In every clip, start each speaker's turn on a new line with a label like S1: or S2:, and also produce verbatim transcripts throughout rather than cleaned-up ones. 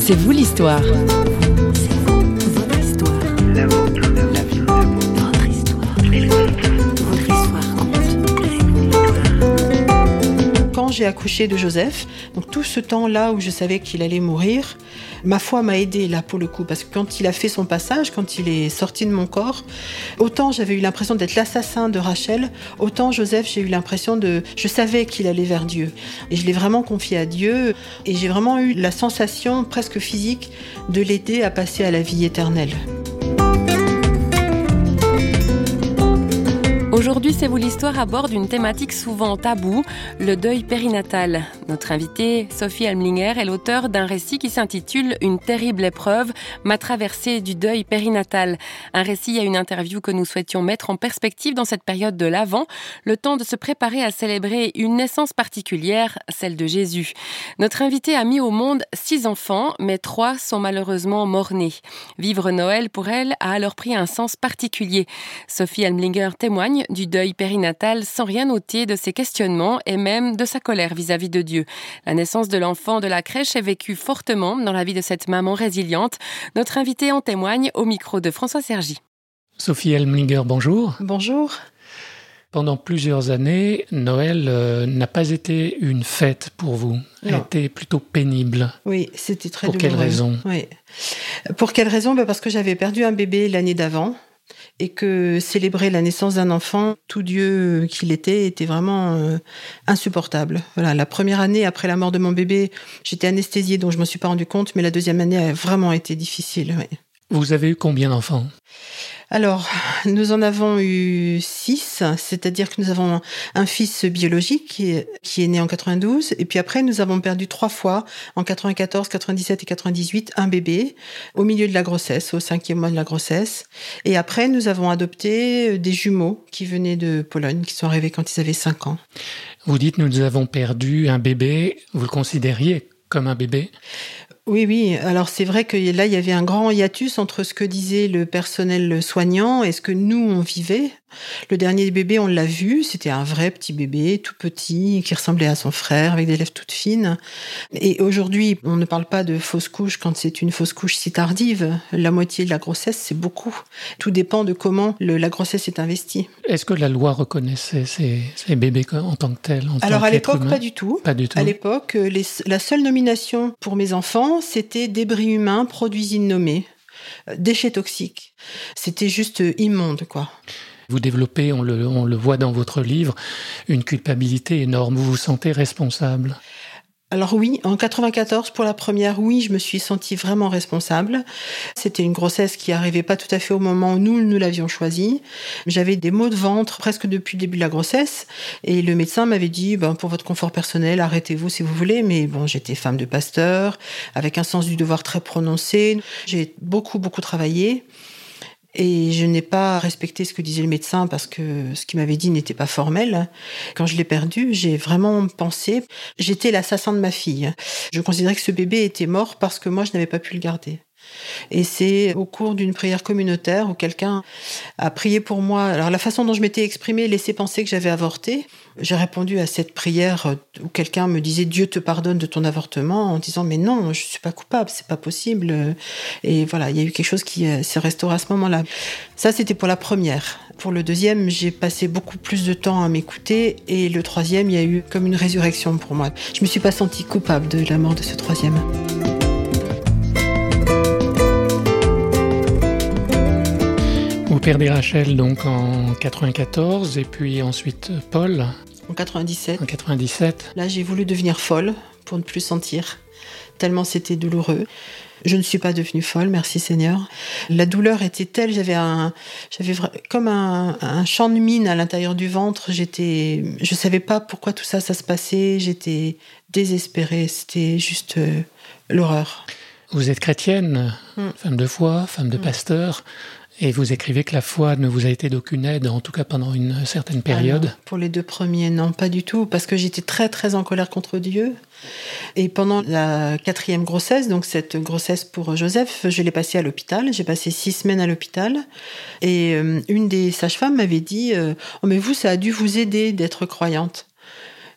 S1: C'est vous l'histoire. C'est vous, votre histoire. La vôtre, la vie, votre histoire. Votre histoire compte.
S2: Quand j'ai accouché de Joseph, donc tout ce temps-là où je savais qu'il allait mourir, ma foi m'a aidée là pour le coup, parce que quand il a fait son passage, quand il est sorti de mon corps, autant j'avais eu l'impression d'être l'assassin de Rachel, autant Joseph, j'ai eu l'impression de... Je savais qu'il allait vers Dieu. Et je l'ai vraiment confié à Dieu. Et j'ai vraiment eu la sensation presque physique de l'aider à passer à la vie éternelle.
S3: Aujourd'hui, C'est vous l'histoire aborde une thématique souvent taboue, le deuil périnatal. Notre invitée, Sophie Elmlinger, est l'auteure d'un récit qui s'intitule « Une terrible épreuve, ma traversée du deuil périnatal ». Un récit à une interview que nous souhaitions mettre en perspective dans cette période de l'Avent, le temps de se préparer à célébrer une naissance particulière, celle de Jésus. Notre invitée a mis au monde six enfants, mais trois sont malheureusement morts-nés. Vivre Noël, pour elle, a alors pris un sens particulier. Sophie Elmlinger témoigne du deuil périnatal sans rien ôter de ses questionnements et même de sa colère vis-à-vis de Dieu. La naissance de l'enfant de la crèche est vécue fortement dans la vie de cette maman résiliente. Notre invitée en témoigne au micro de François Sergi.
S4: Sophie Elmlinger, bonjour.
S2: Bonjour.
S4: Pendant plusieurs années, Noël euh, n'a pas été une fête pour vous. Elle
S2: Non.
S4: était plutôt pénible.
S2: Oui, c'était très
S4: Pour
S2: douloureux.
S4: quelle raison ?
S2: Oui. Pour quelle raison ? Ben parce que j'avais perdu un bébé l'année d'avant. Et que célébrer la naissance d'un enfant, tout Dieu qu'il était, était vraiment euh, insupportable. Voilà, la première année après la mort de mon bébé, j'étais anesthésiée, donc je ne m'en suis pas rendu compte, mais la deuxième année a vraiment été difficile. Oui.
S4: Vous avez eu combien d'enfants ?
S2: Alors, nous en avons eu six, c'est-à-dire que nous avons un fils biologique qui est, qui est né en quatre-vingt-douze, et puis après nous avons perdu trois fois, en quatre-vingt-quatorze, quatre-vingt-dix-sept et quatre-vingt-dix-huit, un bébé au milieu de la grossesse, au cinquième mois de la grossesse. Et après, nous avons adopté des jumeaux qui venaient de Pologne, qui sont arrivés quand ils avaient cinq ans.
S4: Vous dites, nous avons perdu un bébé. Vous le considériez comme un bébé ?
S2: Oui, oui. Alors c'est vrai que là, il y avait un grand hiatus entre ce que disait le personnel soignant et ce que nous, on vivait. Le dernier bébé, on l'a vu, c'était un vrai petit bébé, tout petit, qui ressemblait à son frère, avec des lèvres toutes fines. Et aujourd'hui, on ne parle pas de fausse couche quand c'est une fausse couche si tardive. La moitié de la grossesse, c'est beaucoup. Tout dépend de comment le, la grossesse est investie.
S4: Est-ce que la loi reconnaissait ces, ces bébés en tant que tels en
S2: Alors
S4: tant
S2: à
S4: qu'être
S2: l'époque,
S4: humain ?
S2: pas du tout.
S4: Pas du tout.
S2: À l'époque, les, la seule nomination pour mes enfants, c'était débris humains, produits innommés, déchets toxiques. C'était juste immonde, quoi.
S4: Vous développez, on le, on le voit dans votre livre, une culpabilité énorme. Vous vous sentez responsable ?
S2: Alors oui, en quatre-vingt-quatorze, pour la première, oui, je me suis sentie vraiment responsable. C'était une grossesse qui arrivait pas tout à fait au moment où nous, nous l'avions choisie. J'avais des maux de ventre presque depuis le début de la grossesse. Et le médecin m'avait dit, ben, pour votre confort personnel, arrêtez-vous si vous voulez. Mais bon, j'étais femme de pasteur, avec un sens du devoir très prononcé. J'ai beaucoup, beaucoup travaillé. Et je n'ai pas respecté ce que disait le médecin parce que ce qu'il m'avait dit n'était pas formel. Quand je l'ai perdu, j'ai vraiment pensé, j'étais l'assassin de ma fille. Je considérais que ce bébé était mort parce que moi, je n'avais pas pu le garder. Et c'est au cours d'une prière communautaire où quelqu'un a prié pour moi. Alors la façon dont je m'étais exprimée laissait penser que j'avais avorté. J'ai répondu à cette prière où quelqu'un me disait « Dieu te pardonne de ton avortement » en disant « Mais non, je suis pas coupable, c'est pas possible. » Et voilà, il y a eu quelque chose qui s'est restauré à ce moment-là. Ça, c'était pour la première. Pour le deuxième, j'ai passé beaucoup plus de temps à m'écouter. Et le troisième, il y a eu comme une résurrection pour moi. Je me suis pas sentie coupable de la mort de ce troisième.
S4: Vous perdez Rachel donc en quatre-vingt-quatorze et puis ensuite Paul
S2: En quatre-vingt-dix-sept.
S4: en quatre-vingt-dix-sept.
S2: Là, j'ai voulu devenir folle pour ne plus sentir, tellement c'était douloureux. Je ne suis pas devenue folle, merci Seigneur. La douleur était telle, j'avais un, j'avais comme un, un champ de mine à l'intérieur du ventre. J'étais, je savais pas pourquoi tout ça, ça se passait. J'étais désespérée. C'était juste euh, l'horreur.
S4: Vous êtes chrétienne, mm. femme de foi, femme de mm. pasteur. Et vous écrivez que la foi ne vous a été d'aucune aide, en tout cas pendant une certaine période.
S2: Ah non, pour les deux premiers, non, pas du tout, parce que j'étais très très en colère contre Dieu. Et pendant la quatrième grossesse, donc cette grossesse pour Joseph, je l'ai passée à l'hôpital. J'ai passé six semaines à l'hôpital. Et euh, une des sages-femmes m'avait dit euh, « Oh mais vous, ça a dû vous aider d'être croyante ».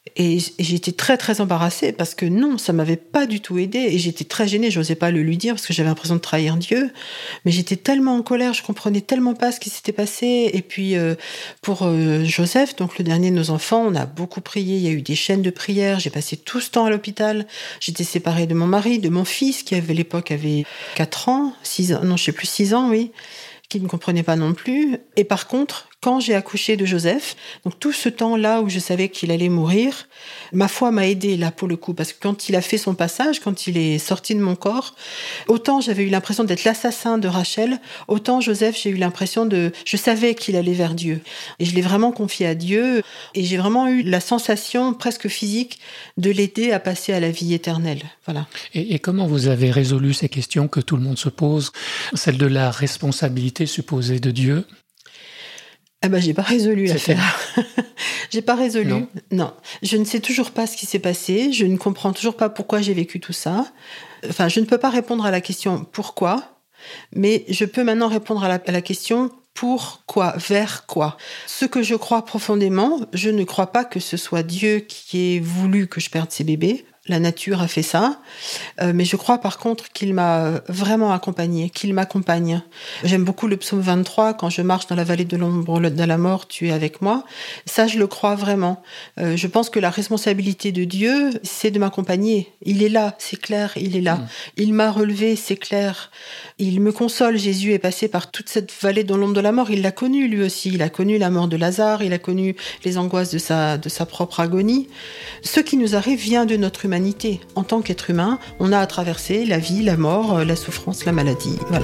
S2: Et, et j'étais très très embarrassée parce que non, ça m'avait pas du tout aidé et j'étais très gênée, j'osais pas le lui dire parce que j'avais l'impression de trahir Dieu, mais j'étais tellement en colère, je comprenais tellement pas ce qui s'était passé. Et puis euh, pour euh, Joseph, donc le dernier de nos enfants, on a beaucoup prié, il y a eu des chaînes de prière, j'ai passé tout ce temps à l'hôpital, j'étais séparée de mon mari, de mon fils qui avait à l'époque avait quatre ans, six ans, non je sais plus six ans, oui, qui ne comprenait pas non plus. Et par contre, quand j'ai accouché de Joseph, donc tout ce temps-là où je savais qu'il allait mourir, ma foi m'a aidée là pour le coup, parce que quand il a fait son passage, quand il est sorti de mon corps, autant j'avais eu l'impression d'être l'assassin de Rachel, autant Joseph, j'ai eu l'impression de... Je savais qu'il allait vers Dieu. Et je l'ai vraiment confié à Dieu, et j'ai vraiment eu la sensation presque physique de l'aider à passer à la vie éternelle. Voilà.
S4: Et, et comment vous avez résolu ces questions que tout le monde se pose, celle de la responsabilité supposée de Dieu ?
S2: Ah ben, j'ai pas résolu l'affaire. J'ai pas résolu.
S4: Non.
S2: non. Je ne sais toujours pas ce qui s'est passé. Je ne comprends toujours pas pourquoi j'ai vécu tout ça. Enfin, je ne peux pas répondre à la question pourquoi, mais je peux maintenant répondre à la, à la question pourquoi, vers quoi. Ce que je crois profondément, je ne crois pas que ce soit Dieu qui ait voulu que je perde ces bébés. La nature a fait ça, euh, mais je crois par contre qu'il m'a vraiment accompagnée, qu'il m'accompagne. J'aime beaucoup le psaume vingt-trois, quand je marche dans la vallée de l'ombre de la mort, tu es avec moi. Ça, je le crois vraiment. Euh, je pense que la responsabilité de Dieu, c'est de m'accompagner. Il est là, c'est clair, il est là. Mmh. Il m'a relevé, c'est clair. Il me console, Jésus est passé par toute cette vallée dans l'ombre de la mort. Il l'a connu lui aussi. Il a connu la mort de Lazare, il a connu les angoisses de sa, de sa propre agonie. Ce qui nous arrive vient de notre humanité. En tant qu'être humain, on a à traverser la vie, la mort, la souffrance, la maladie. Voilà.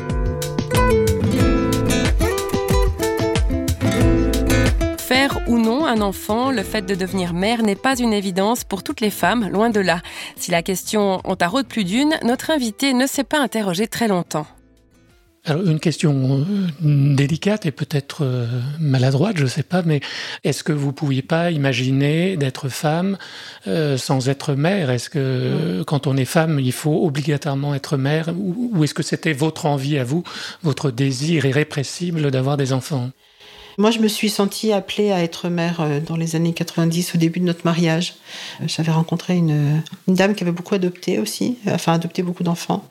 S3: Faire ou non un enfant, le fait de devenir mère n'est pas une évidence pour toutes les femmes, loin de là. Si la question en taraude plus d'une, notre invité ne s'est pas interrogé très longtemps.
S4: Alors, une question délicate et peut-être euh, maladroite, je ne sais pas, mais est-ce que vous ne pouviez pas imaginer d'être femme euh, sans être mère ? Est-ce que euh, quand on est femme, il faut obligatoirement être mère ? Ou, ou est-ce que c'était votre envie à vous, votre désir irrépressible d'avoir des enfants ?
S2: Moi, je me suis sentie appelée à être mère dans les années quatre-vingt-dix, au début de notre mariage. J'avais rencontré une, une dame qui avait beaucoup adopté aussi, enfin adopté beaucoup d'enfants.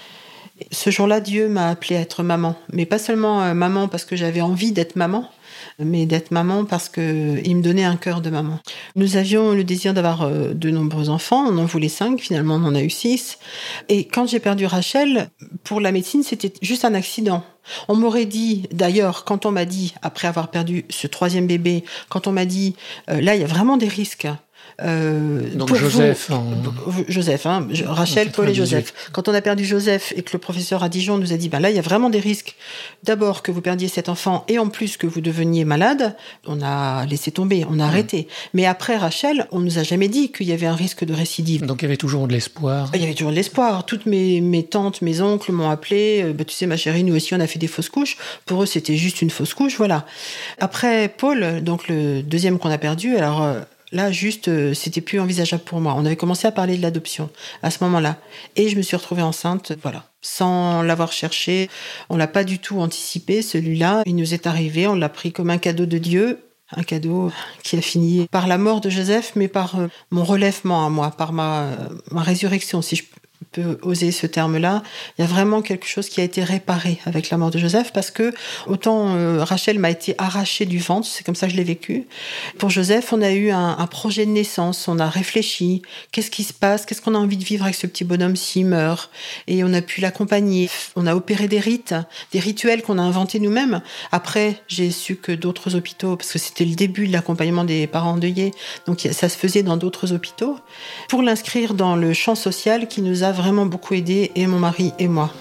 S2: Ce jour-là, Dieu m'a appelée à être maman. Mais pas seulement euh, maman parce que j'avais envie d'être maman, mais d'être maman parce qu'il me donnait un cœur de maman. Nous avions le désir d'avoir euh, de nombreux enfants. On en voulait cinq, finalement on en a eu six. Et quand j'ai perdu Rachel, pour la médecine, c'était juste un accident. On m'aurait dit, d'ailleurs, quand on m'a dit, après avoir perdu ce troisième bébé, quand on m'a dit, euh, là, il y a vraiment des risques.
S4: Euh, Donc Joseph,
S2: vous,
S4: en...
S2: Joseph, hein, Rachel, Paul et Joseph. Quand on a perdu Joseph et que le professeur à Dijon nous a dit, ben là, il y a vraiment des risques. D'abord que vous perdiez cet enfant et en plus que vous deveniez malade, on a laissé tomber, on a mmh. arrêté. Mais après Rachel, on nous a jamais dit qu'il y avait un risque de récidive.
S4: Donc il y avait toujours de l'espoir.
S2: Il y avait toujours de l'espoir. Toutes mes, mes tantes, mes oncles m'ont appelé. Ben, tu sais, ma chérie, nous aussi, on a fait des fausses couches. Pour eux, c'était juste une fausse couche, voilà. Après Paul, donc le deuxième qu'on a perdu, alors. Euh, Là, juste, euh, c'était plus envisageable pour moi. On avait commencé à parler de l'adoption à ce moment-là. Et je me suis retrouvée enceinte, voilà. Sans l'avoir cherché. On l'a pas du tout anticipé, celui-là. Il nous est arrivé, on l'a pris comme un cadeau de Dieu. Un cadeau qui a fini par la mort de Joseph, mais par euh, mon relèvement à moi, par ma, euh, ma résurrection, si je peux oser ce terme-là. Il y a vraiment quelque chose qui a été réparé avec la mort de Joseph, parce que autant euh, Rachel m'a été arrachée du ventre, c'est comme ça que je l'ai vécu. Pour Joseph, on a eu un, un projet de naissance, on a réfléchi, qu'est-ce qui se passe, qu'est-ce qu'on a envie de vivre avec ce petit bonhomme s'il meurt, et on a pu l'accompagner. On a opéré des rites, des rituels qu'on a inventés nous-mêmes. Après, j'ai su que d'autres hôpitaux, parce que c'était le début de l'accompagnement des parents endeuillés, donc ça se faisait dans d'autres hôpitaux, pour l'inscrire dans le champ social qui nous a vraiment beaucoup aidé, et mon mari et moi.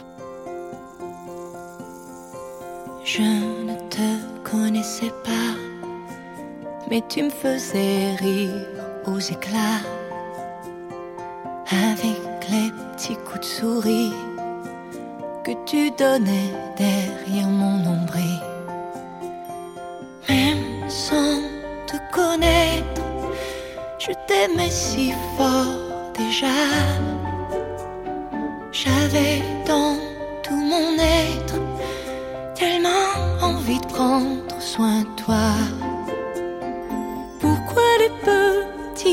S1: Je ne te connaissais pas, mais tu me faisais rire aux éclats, avec les petits coups de souris que tu donnais derrière mon nombril. Même sans te connaître, je t'aimais si fort déjà. J'avais dans tout mon être tellement envie de prendre soin de toi. Pourquoi les petits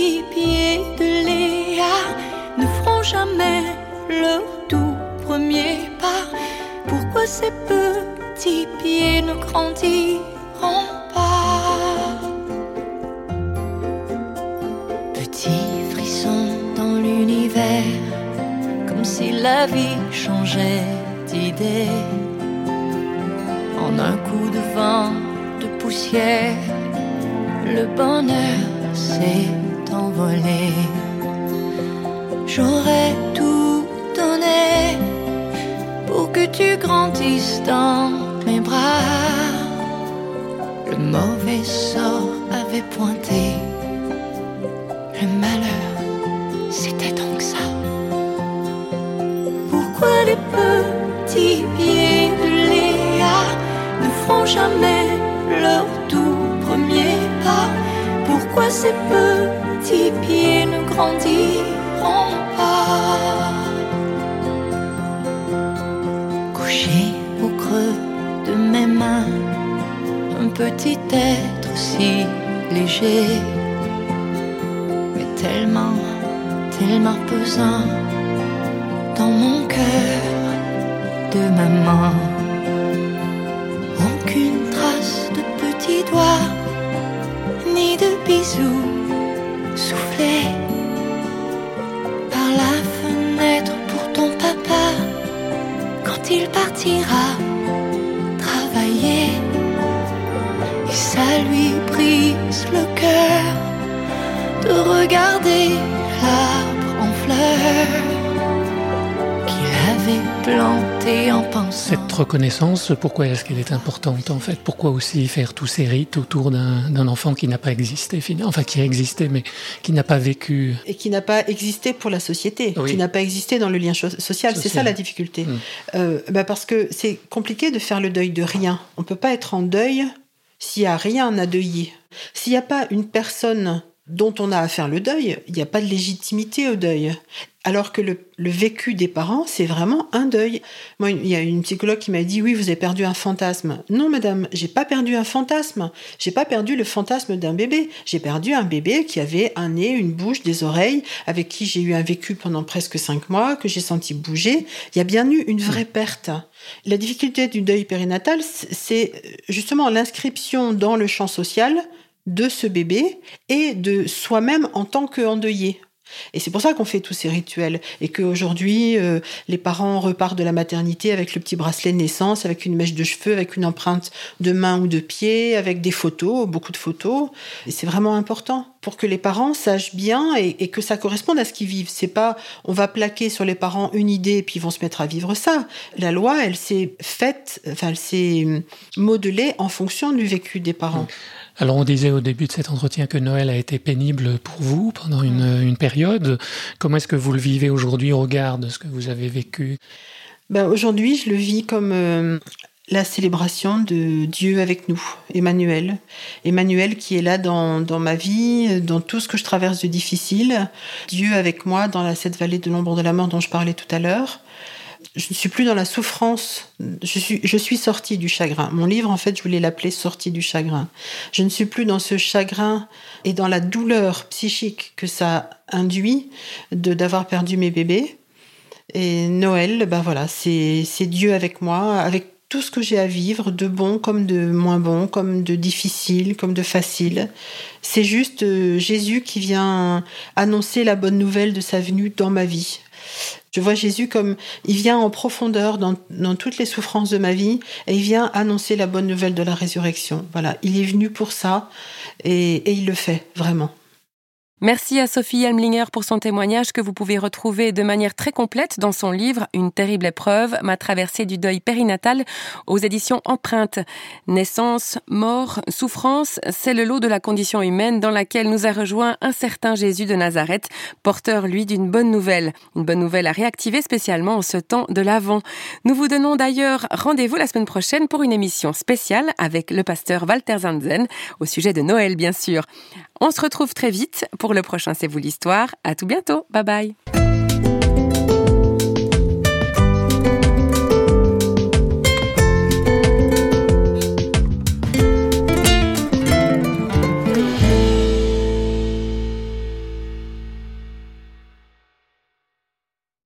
S1: jamais leur tout premier pas? Pourquoi ces petits pieds ne grandiront pas? Petit frisson dans l'univers, comme si la vie changeait d'idée. En un coup de vent, de poussière, le bonheur s'est envolé. J'aurais tout donné pour que tu grandisses dans mes bras. Le mauvais sort avait pointé. Le malheur, c'était donc ça. Pourquoi les petits pieds de Léa ne feront jamais leur tout premier pas? Pourquoi ces petits pieds ne grandiront pas? Couché au creux de mes mains, un petit être si léger, mais tellement, tellement pesant dans mon cœur de maman. Aucune trace de petits doigts, ni de bisous soufflés par la fenêtre pour ton papa quand il partira travailler. Et ça lui brise le cœur de regarder l'arbre en fleurs qu'il avait planté en pensant.
S4: Cette reconnaissance, pourquoi est-ce qu'elle est importante en fait? Pourquoi aussi faire tous ces rites autour d'un, d'un enfant qui n'a pas existé, enfin qui a existé mais qui n'a pas vécu?
S2: Et qui n'a pas existé pour la société, oui. Qui n'a pas existé dans le lien social. social. C'est ça la difficulté. Mmh. Euh, bah parce que c'est compliqué de faire le deuil de rien. On ne peut pas être en deuil s'il n'y a rien à deuiller. S'il n'y a pas une personne dont on a à faire le deuil, il n'y a pas de légitimité au deuil. Alors que le, le vécu des parents, c'est vraiment un deuil. Moi, il y a une psychologue qui m'a dit « Oui, vous avez perdu un fantasme. » Non, madame, j'ai pas perdu un fantasme. J'ai pas perdu le fantasme d'un bébé. J'ai perdu un bébé qui avait un nez, une bouche, des oreilles, avec qui j'ai eu un vécu pendant presque cinq mois, que j'ai senti bouger. Il y a bien eu une vraie perte. La difficulté du deuil périnatal, c'est justement l'inscription dans le champ social de ce bébé et de soi-même en tant qu'endeuillé. Et c'est pour ça qu'on fait tous ces rituels et qu'aujourd'hui, euh, les parents repartent de la maternité avec le petit bracelet de naissance, avec une mèche de cheveux, avec une empreinte de main ou de pied, avec des photos, beaucoup de photos. Et c'est vraiment important pour que les parents sachent bien et, et que ça corresponde à ce qu'ils vivent. C'est pas, on va plaquer sur les parents une idée et puis ils vont se mettre à vivre ça. La loi, elle s'est faite, enfin, elle s'est modelée en fonction du vécu des parents.
S4: Alors on disait au début de cet entretien que Noël a été pénible pour vous pendant une, une période. Comment est-ce que vous le vivez aujourd'hui au regard de ce que vous avez vécu?
S2: Ben, aujourd'hui, je le vis comme euh, la célébration de Dieu avec nous, Emmanuel. Emmanuel qui est là dans, dans ma vie, dans tout ce que je traverse de difficile. Dieu avec moi dans la, cette vallée de l'ombre de la mort dont je parlais tout à l'heure. Je ne suis plus dans la souffrance, je suis, je suis sortie du chagrin. Mon livre, en fait, je voulais l'appeler « Sortie du chagrin ». Je ne suis plus dans ce chagrin et dans la douleur psychique que ça induit de, d'avoir perdu mes bébés. Et Noël, ben voilà, c'est, c'est Dieu avec moi, avec tout ce que j'ai à vivre, de bon comme de moins bon, comme de difficile, comme de facile. C'est juste euh, Jésus qui vient annoncer la bonne nouvelle de sa venue dans ma vie. Je vois Jésus comme, il vient en profondeur dans, dans toutes les souffrances de ma vie et il vient annoncer la bonne nouvelle de la résurrection. Voilà, il est venu pour ça et, et il le fait, vraiment.
S3: Merci à Sophie Elmlinger pour son témoignage que vous pouvez retrouver de manière très complète dans son livre « Une terrible épreuve, ma traversée du deuil périnatal » aux éditions Empreinte. Naissance, mort, souffrance, c'est le lot de la condition humaine dans laquelle nous a rejoint un certain Jésus de Nazareth, porteur, lui, d'une bonne nouvelle. Une bonne nouvelle à réactiver spécialement en ce temps de l'Avent. Nous vous donnons d'ailleurs rendez-vous la semaine prochaine pour une émission spéciale avec le pasteur Walter Zanzen, au sujet de Noël, bien sûr. On se retrouve très vite pour le prochain C'est vous l'histoire. À tout bientôt. Bye bye.